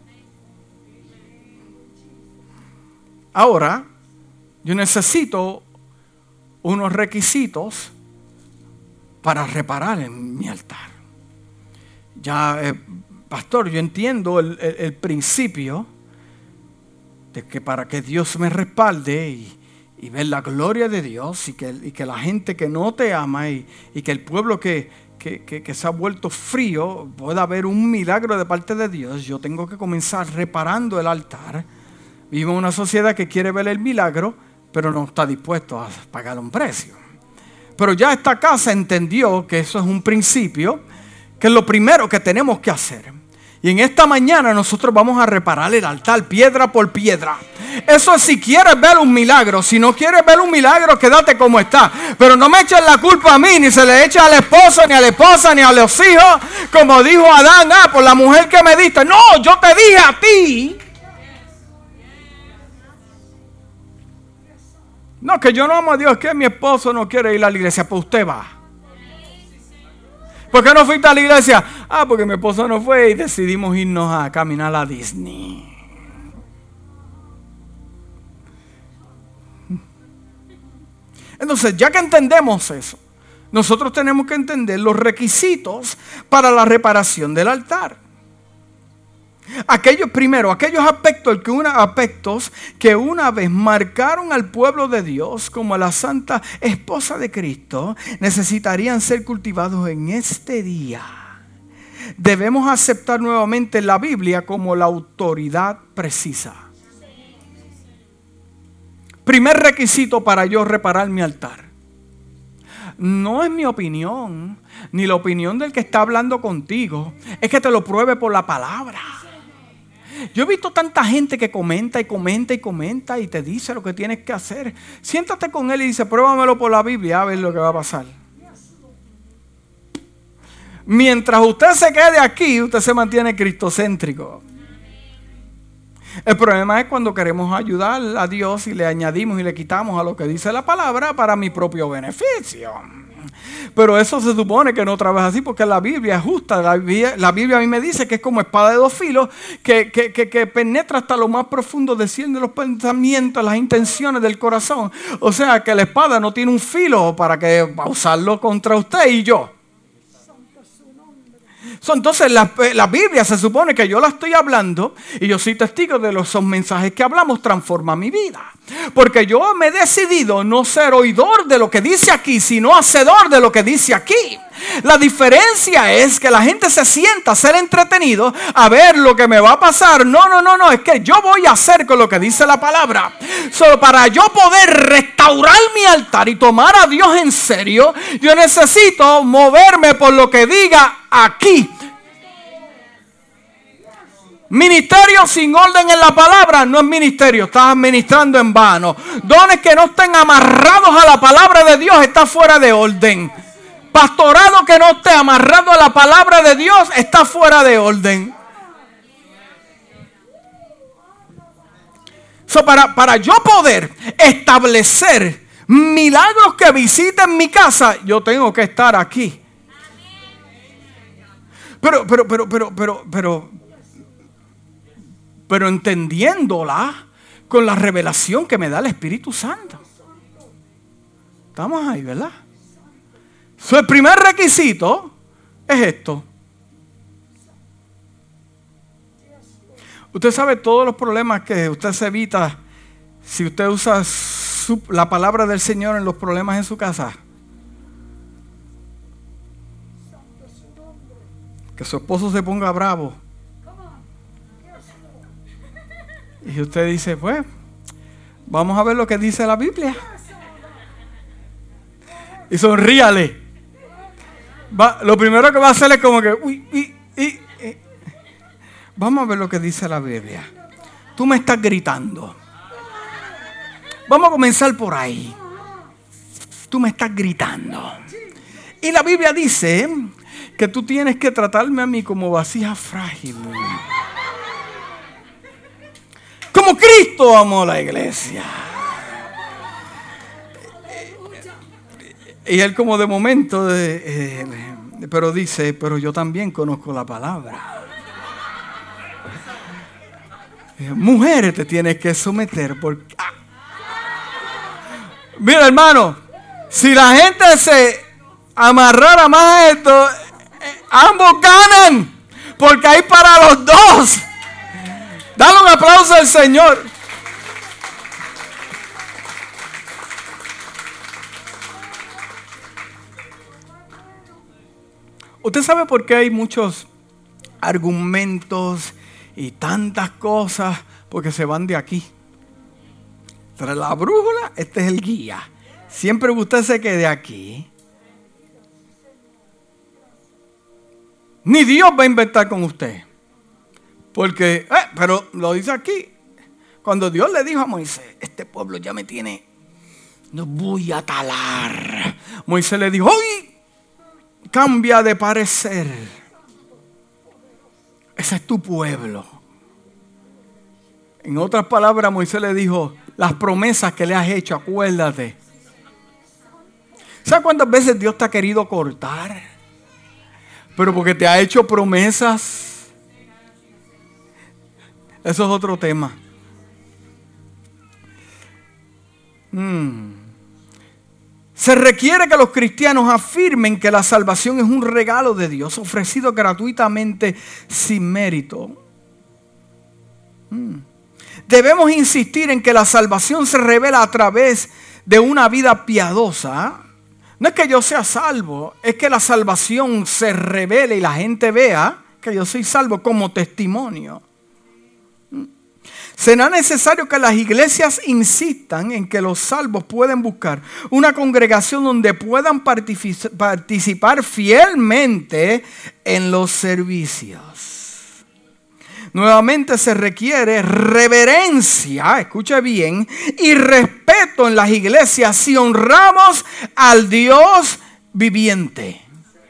Ahora, yo necesito unos requisitos para reparar en mi altar. Pastor, yo entiendo el principio de que para que Dios me respalde y ver la gloria de Dios y que la gente que no te ama y que el pueblo que se ha vuelto frío pueda ver un milagro de parte de Dios, yo tengo que comenzar reparando el altar. Vivimos en una sociedad que quiere ver el milagro, pero no está dispuesto a pagar un precio. Pero ya esta casa entendió que eso es un principio, que es lo primero que tenemos que hacer. Y en esta mañana nosotros vamos a reparar el altar piedra por piedra. Eso es si quieres ver un milagro. Si no quieres ver un milagro, quédate como está. Pero no me eches la culpa a mí, ni se le echa al esposo, ni a la esposa, ni a los hijos. Como dijo Adán, por la mujer que me diste. No, yo te dije a ti. No, que yo no amo a Dios, que mi esposo no quiere ir a la iglesia, pues usted va. ¿Por qué no fuiste a la iglesia? Porque mi esposo no fue y decidimos irnos a caminar a Disney. Entonces, ya que entendemos eso, nosotros tenemos que entender los requisitos para la reparación del altar. Aquellos aspectos que una vez marcaron al pueblo de Dios como la santa esposa de Cristo necesitarían ser cultivados en este día. Debemos aceptar nuevamente la Biblia como la autoridad precisa. Primer requisito para yo reparar mi altar. No es mi opinión, ni la opinión del que está hablando contigo. Es que te lo pruebe por la palabra. Yo he visto tanta gente que comenta y comenta y comenta y te dice lo que tienes que hacer. Siéntate con él y dice, pruébamelo por la Biblia a ver lo que va a pasar. Mientras usted se quede aquí, usted se mantiene cristocéntrico. El problema es cuando queremos ayudar a Dios y le añadimos y le quitamos a lo que dice la palabra para mi propio beneficio. Pero eso se supone que no trabaja así porque la Biblia es justa. La Biblia a mí me dice que es como espada de dos filos que penetra hasta lo más profundo, desciende los pensamientos, las intenciones del corazón. O sea que la espada no tiene un filo para usarlo contra usted y yo. Entonces la Biblia se supone que yo la estoy hablando y yo soy testigo de esos mensajes que hablamos, transforma mi vida. Porque yo me he decidido no ser oidor de lo que dice aquí, sino hacedor de lo que dice aquí. La diferencia es que la gente se sienta a ser entretenido, a ver lo que me va a pasar. No, es que yo voy a hacer con lo que dice la palabra. Para yo poder restaurar mi altar y tomar a Dios en serio, yo necesito moverme por lo que diga aquí. Ministerio sin orden en la palabra no es ministerio, estás administrando en vano. Dones que no estén amarrados a la palabra de Dios está fuera de orden. Pastorado que no esté amarrado a la palabra de Dios está fuera de orden. Para yo poder establecer milagros que visiten mi casa, yo tengo que estar aquí. Pero entendiéndola con la revelación que me da el Espíritu Santo. Estamos ahí, ¿verdad? El primer requisito es esto. Usted sabe todos los problemas que usted se evita si usted usa la palabra del Señor en los problemas en su casa. Que su esposo se ponga bravo. Y usted dice, pues, vamos a ver lo que dice la Biblia. Y sonríale. Lo primero que va a hacer es como que, vamos a ver lo que dice la Biblia. Tú me estás gritando. Vamos a comenzar por ahí. Tú me estás gritando. Y la Biblia dice que tú tienes que tratarme a mí como vasija frágil. Como Cristo amó a la iglesia. Y él como de momento, pero dice, pero yo también conozco la palabra. Mujeres te tienes que someter porque... Mira, hermano, si la gente se amarrara más a esto, ambos ganan, porque hay para los dos. Dale un aplauso al Señor. ¿Usted sabe por qué hay muchos argumentos y tantas cosas? Porque se van de aquí. Tras la brújula, este es el guía. Siempre que usted se quede aquí, ni Dios va a inventar con usted. Porque, pero lo dice aquí. Cuando Dios le dijo a Moisés, este pueblo ya me tiene, no voy a talar. Moisés le dijo, ¡ay! Cambia de parecer. Ese es tu pueblo. En otras palabras, Moisés le dijo, las promesas que le has hecho, acuérdate. ¿Sabes cuántas veces Dios te ha querido cortar? Pero porque te ha hecho promesas. Eso es otro tema. Se requiere que los cristianos afirmen que la salvación es un regalo de Dios ofrecido gratuitamente sin mérito. Debemos insistir en que la salvación se revela a través de una vida piadosa. No es que yo sea salvo, es que la salvación se revele y la gente vea que yo soy salvo como testimonio. Será necesario que las iglesias insistan en que los salvos pueden buscar una congregación donde puedan participar fielmente en los servicios. Nuevamente se requiere reverencia, escuche bien, y respeto en las iglesias si honramos al Dios viviente.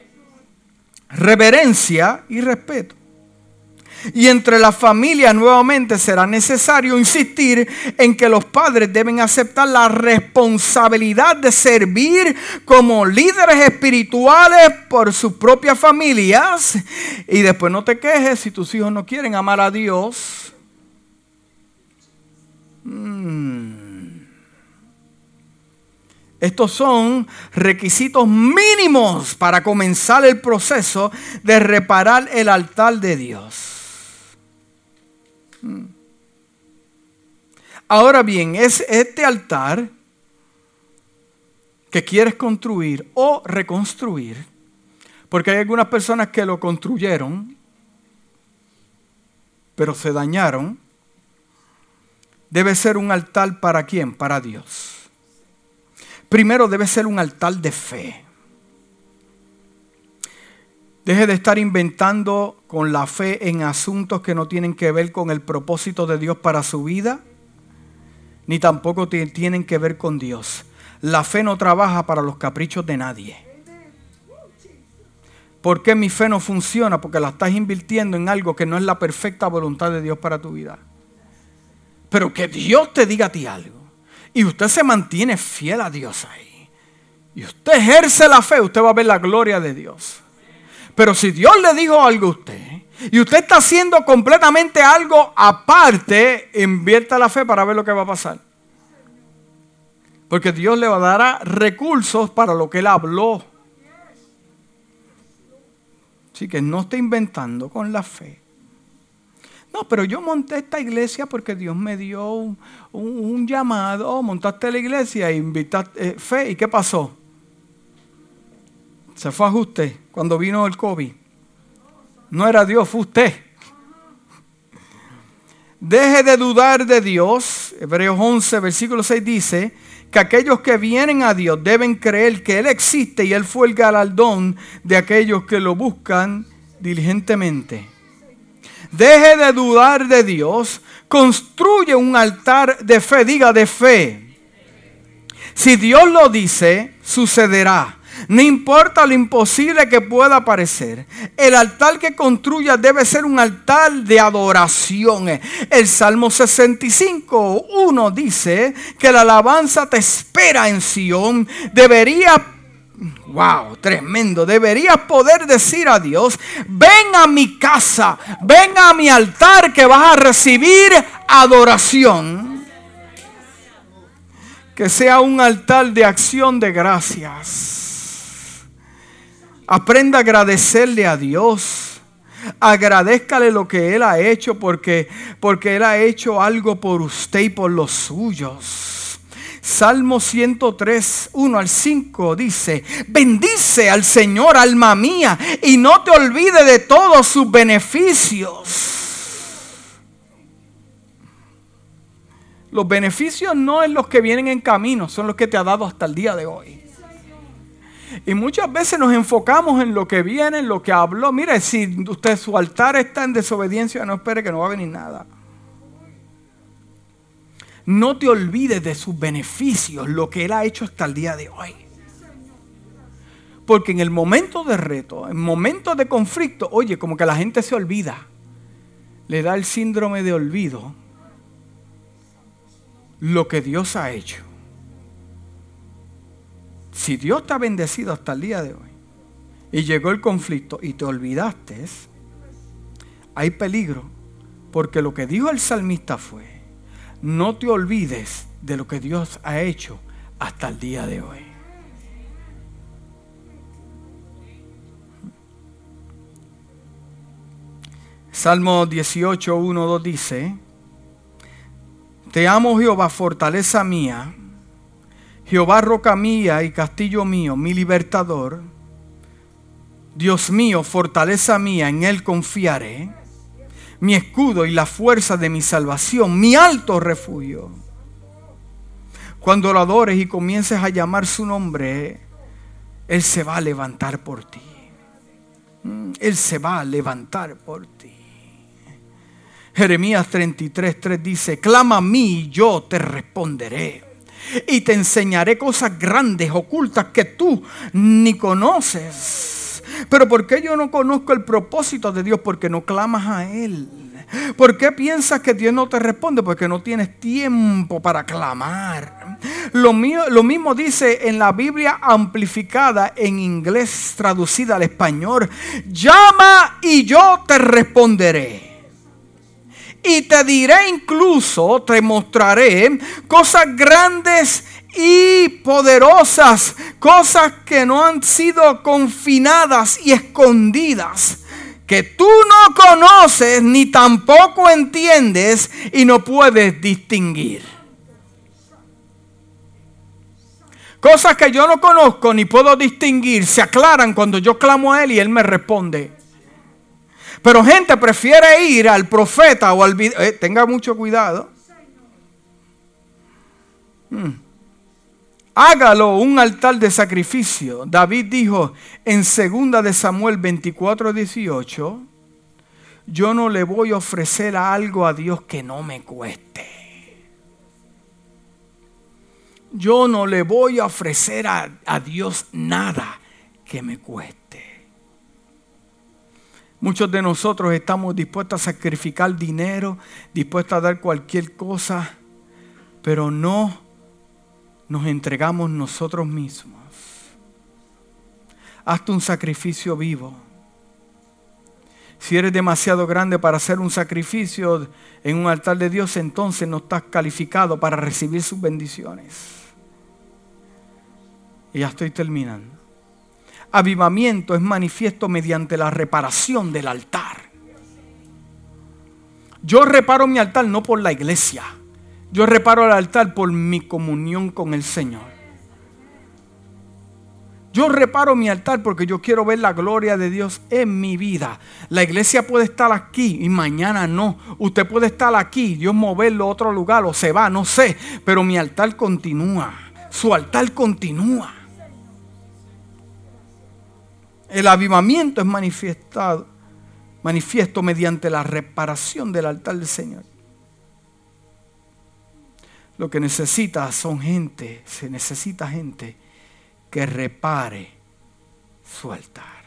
Reverencia y respeto. Y entre las familias nuevamente será necesario insistir en que los padres deben aceptar la responsabilidad de servir como líderes espirituales por sus propias familias. Y después no te quejes si tus hijos no quieren amar a Dios. Estos son requisitos mínimos para comenzar el proceso de reparar el altar de Dios. Ahora bien, es este altar que quieres construir o reconstruir, porque hay algunas personas que lo construyeron, pero se dañaron. Debe ser un altar ¿para quién? Para Dios. Primero debe ser un altar de fe. Deje de estar inventando con la fe en asuntos que no tienen que ver con el propósito de Dios para su vida, ni tampoco tienen que ver con Dios. La fe no trabaja para los caprichos de nadie. ¿Por qué mi fe no funciona? Porque la estás invirtiendo en algo que no es la perfecta voluntad de Dios para tu vida. Pero que Dios te diga a ti algo y usted se mantiene fiel a Dios ahí, y usted ejerce la fe, usted va a ver la gloria de Dios. Pero si Dios le dijo algo a usted y usted está haciendo completamente algo aparte, invierta la fe para ver lo que va a pasar. Porque Dios le dará recursos para lo que Él habló. Así que no esté inventando con la fe. No, pero yo monté esta iglesia porque Dios me dio un llamado. Oh, montaste la iglesia e invitaste fe. ¿Y qué pasó? Se fue a usted cuando vino el COVID. No era Dios, fue usted. Deje de dudar de Dios. Hebreos 11, versículo 6 dice que aquellos que vienen a Dios deben creer que Él existe y Él fue el galardón de aquellos que lo buscan diligentemente. Deje de dudar de Dios. Construye un altar de fe. Diga de fe. Si Dios lo dice, sucederá. No importa lo imposible que pueda parecer. El altar que construya debe ser un altar de adoración. El Salmo 65:1 dice que la alabanza te espera en Sión. Wow, tremendo. Deberías poder decir a Dios: ven a mi casa, ven a mi altar que vas a recibir adoración. Que sea un altar de acción de gracias. Aprenda a agradecerle a Dios. Agradézcale lo que Él ha hecho porque Él ha hecho algo por usted y por los suyos. Salmo 103, 1 al 5 dice: bendice al Señor, alma mía, y no te olvides de todos sus beneficios. Los beneficios no es los que vienen en camino, son los que te ha dado hasta el día de hoy. Y muchas veces nos enfocamos en lo que viene, en lo que habló. Mire, si usted su altar está en desobediencia, no espere que no va a venir nada. No te olvides de sus beneficios, lo que Él ha hecho hasta el día de hoy. Porque en el momento de reto, en momentos de conflicto, oye, como que la gente se olvida. Le da el síndrome de olvido lo que Dios ha hecho. Si Dios te ha bendecido hasta el día de hoy y llegó el conflicto y te olvidaste, hay peligro, porque lo que dijo el salmista fue: no te olvides de lo que Dios ha hecho hasta el día de hoy. Salmo 18, 1, 2 dice: te amo, Jehová, fortaleza mía, Jehová, roca mía y castillo mío, mi libertador. Dios mío, fortaleza mía, en Él confiaré. Mi escudo y la fuerza de mi salvación, mi alto refugio. Cuando lo adores y comiences a llamar su nombre, Él se va a levantar por ti. Él se va a levantar por ti. Jeremías 33:3 dice: clama a mí y yo te responderé. Y te enseñaré cosas grandes, ocultas, que tú ni conoces. Pero ¿por qué yo no conozco el propósito de Dios? Porque no clamas a Él. ¿Por qué piensas que Dios no te responde? Porque no tienes tiempo para clamar. Lo mismo dice en la Biblia amplificada en inglés, traducida al español: llama y yo te responderé. Y te diré, incluso te mostraré cosas grandes y poderosas, cosas que no han sido confinadas y escondidas, que tú no conoces ni tampoco entiendes y no puedes distinguir. Cosas que yo no conozco ni puedo distinguir se aclaran cuando yo clamo a Él y Él me responde. Pero gente prefiere ir al profeta o al video. Tenga mucho cuidado. Hágalo un altar de sacrificio. David dijo en 2 de Samuel 24:18, yo no le voy a ofrecer algo a Dios que no me cueste. Yo no le voy a ofrecer a Dios nada que me cueste. Muchos de nosotros estamos dispuestos a sacrificar dinero, dispuestos a dar cualquier cosa, pero no nos entregamos nosotros mismos. Hazte un sacrificio vivo. Si eres demasiado grande para hacer un sacrificio en un altar de Dios, entonces no estás calificado para recibir sus bendiciones. Y ya estoy terminando. Avivamiento es manifiesto mediante la reparación del altar. Yo reparo mi altar no por la iglesia. Yo reparo el altar por mi comunión con el Señor. Yo reparo mi altar porque yo quiero ver la gloria de Dios en mi vida. La iglesia puede estar aquí y mañana no. Usted puede estar aquí, Dios moverlo a otro lugar o se va, no sé. Pero mi altar continúa. Su altar continúa. El avivamiento es manifiesto mediante la reparación del altar del Señor. Lo que necesita se necesita gente que repare su altar.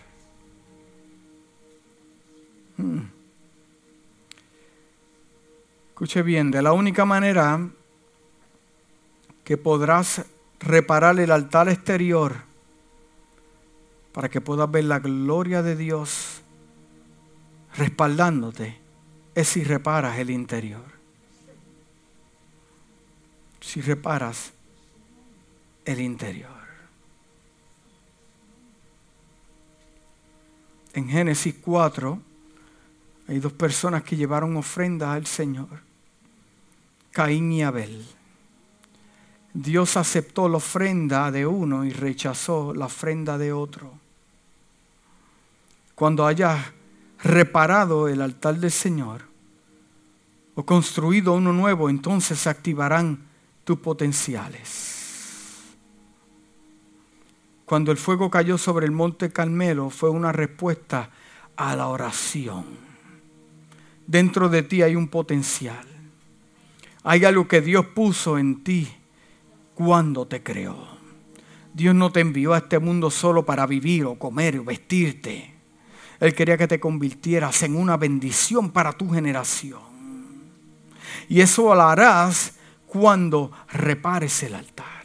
Escuche bien, de la única manera que podrás reparar el altar exterior para que puedas ver la gloria de Dios respaldándote es si reparas el interior. Si reparas el interior. En Génesis 4 hay dos personas que llevaron ofrendas al Señor, Caín y Abel. Dios aceptó la ofrenda de uno y rechazó la ofrenda de otro. Cuando hayas reparado el altar del Señor o construido uno nuevo, entonces se activarán tus potenciales. Cuando el fuego cayó sobre el monte Carmelo, fue una respuesta a la oración. Dentro de ti hay un potencial. Hay algo que Dios puso en ti cuando te creó. Dios no te envió a este mundo solo para vivir o comer o vestirte. Él quería que te convirtieras en una bendición para tu generación. Y eso lo harás cuando repares el altar.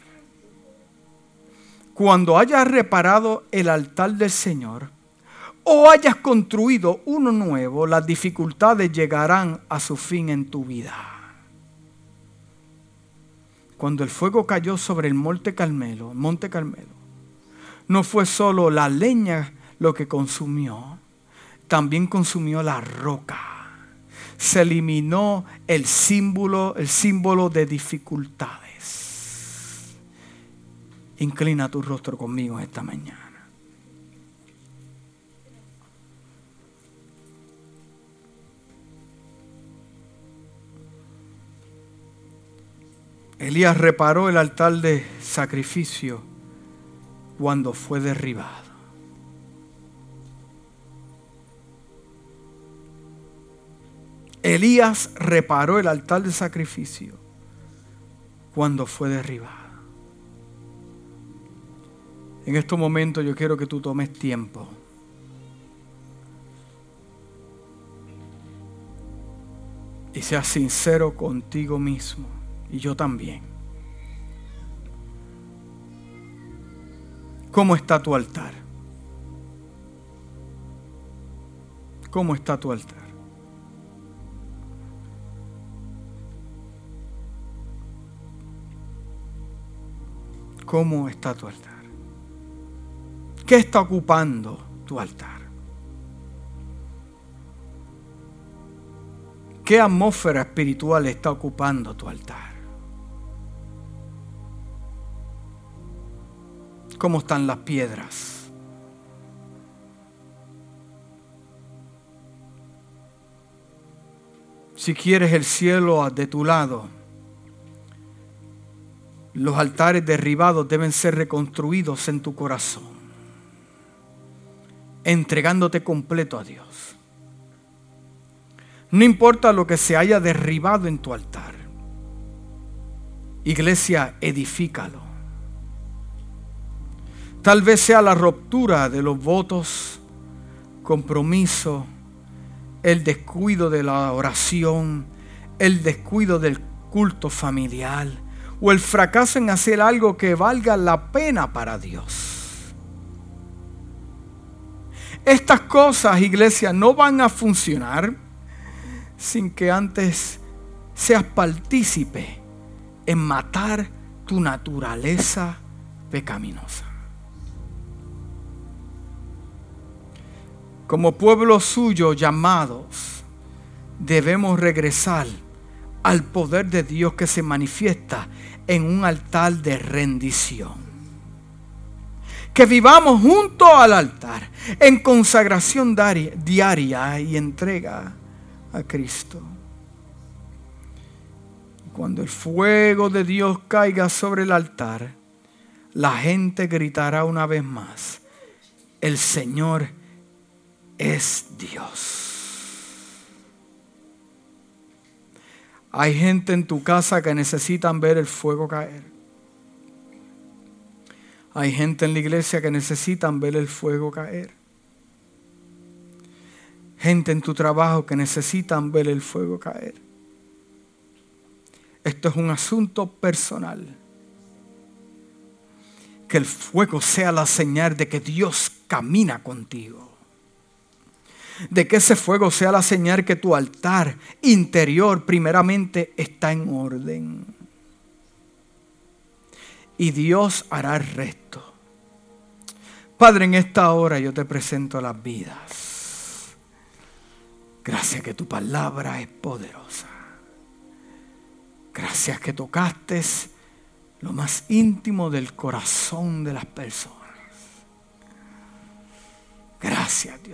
Cuando hayas reparado el altar del Señor o hayas construido uno nuevo, las dificultades llegarán a su fin en tu vida. Cuando el fuego cayó sobre el monte Carmelo, no fue solo la leña lo que consumió, también consumió la roca. Se eliminó el símbolo de dificultades. Inclina tu rostro conmigo esta mañana. Elías reparó el altar de sacrificio cuando fue derribado. Elías reparó el altar de sacrificio cuando fue derribado. En estos momentos yo quiero que tú tomes tiempo y seas sincero contigo mismo y yo también. ¿Cómo está tu altar? ¿Cómo está tu altar? ¿Cómo está tu altar? ¿Qué está ocupando tu altar? ¿Qué atmósfera espiritual está ocupando tu altar? ¿Cómo están las piedras? Si quieres el cielo de tu lado, los altares derribados deben ser reconstruidos en tu corazón, entregándote completo a Dios. No importa lo que se haya derribado en tu altar. Iglesia, edifícalo. Tal vez sea la ruptura de los votos, compromiso, el descuido de la oración, el descuido del culto familiar o el fracaso en hacer algo que valga la pena para Dios. Estas cosas, iglesia, no van a funcionar sin que antes seas partícipe en matar tu naturaleza pecaminosa. Como pueblo suyo llamados, debemos regresar al poder de Dios que se manifiesta en un altar de rendición. Que vivamos junto al altar en consagración diaria y entrega a Cristo. Cuando el fuego de Dios caiga sobre el altar, la gente gritará una vez más: el Señor es Dios. Hay gente en tu casa que necesitan ver el fuego caer. Hay gente en la iglesia que necesitan ver el fuego caer. Gente en tu trabajo que necesitan ver el fuego caer. Esto es un asunto personal. Que el fuego sea la señal de que Dios camina contigo. De que ese fuego sea la señal que tu altar interior primeramente está en orden. Y Dios hará el resto. Padre, en esta hora yo te presento las vidas. Gracias que tu palabra es poderosa. Gracias que tocaste lo más íntimo del corazón de las personas. Gracias, Dios.